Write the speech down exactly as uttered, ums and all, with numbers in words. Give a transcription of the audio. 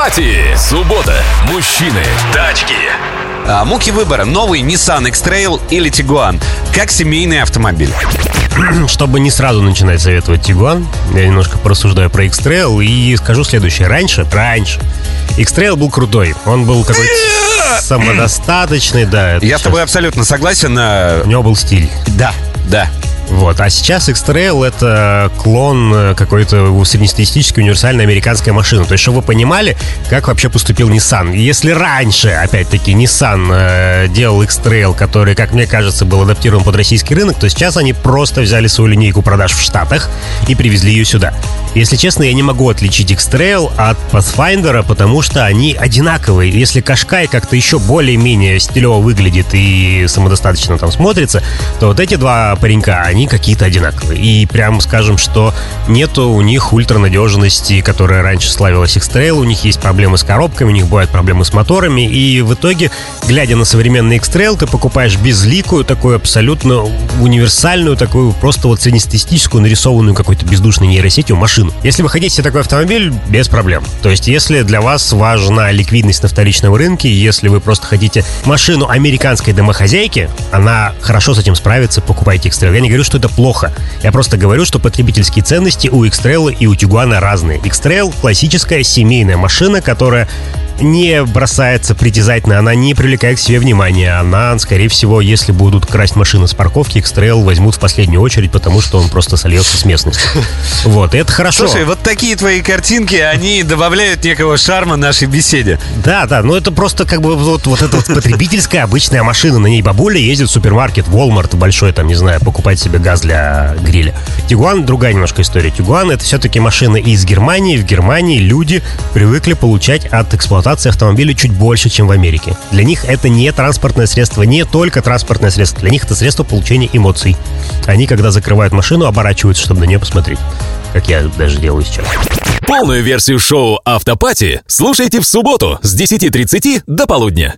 Автопати. Суббота. Мужчины. Тачки. А, муки выбора. Новый Nissan X-Trail или Tiguan. Как семейный автомобиль. Чтобы не сразу начинать советовать Tiguan, я немножко порассуждаю про X-Trail и скажу следующее. Раньше, раньше X-Trail был крутой. Он был какой-то самодостаточный, да. Я сейчас... с тобой абсолютно согласен. У него был стиль. Да, да. Вот. А сейчас X-Trail — это клон какой-то среднестатистической универсальной американской машины. То есть, чтобы вы понимали, как вообще поступил Nissan. Если раньше, опять-таки, Nissan э, делал X-Trail, который, как мне кажется, был адаптирован под российский рынок, то сейчас они просто взяли свою линейку продаж в Штатах и привезли ее сюда. Если честно, я не могу отличить X-Trail от Pathfinder, потому что они одинаковые. Если Qashqai как-то еще более-менее стилево выглядит и самодостаточно там смотрится, то вот эти два паренька, они какие-то одинаковые. И прям скажем, что нету у них ультранадежности, которая раньше славилась X-Trail. У них есть проблемы с коробками, у них бывают проблемы с моторами. И в итоге, глядя на современный X-Trail, ты покупаешь безликую, такую абсолютно универсальную, такую просто вот среднестатистическую, нарисованную какой-то бездушной нейросетью машину. Если вы хотите себе такой автомобиль, без проблем. То есть, если для вас важна ликвидность на вторичном рынке, если вы просто хотите машину американской домохозяйки, она хорошо с этим справится, покупайте X-Trail. Я не говорю, что это плохо. Я просто говорю, что потребительские ценности у X-Trail и у Tiguan разные. X-Trail — классическая семейная машина, которая не бросается притязательно, она не привлекает к себе внимания. Она, скорее всего, если будут красть машины с парковки, X-Trail возьмут в последнюю очередь, потому что он просто сольется с местностью. Вот, и это хорошо. Слушай, вот такие твои картинки, они добавляют некого шарма нашей беседе. Да, да, но это просто как бы вот, вот эта вот потребительская обычная машина. На ней бабуля ездит в супермаркет, Walmart большой, там, не знаю, покупать себе газ для гриля. Tiguan — другая немножко история. Tiguan — это все-таки машина из Германии. В Германии люди привыкли получать от эксплуатации автомобиля чуть больше, чем в Америке. Для них это не транспортное средство, не только транспортное средство. Для них это средство получения эмоций. Они, когда закрывают машину, оборачиваются, чтобы на нее посмотреть. Как я даже делаю сейчас. Полную версию шоу «Автопати» слушайте в субботу с десяти тридцати до полудня.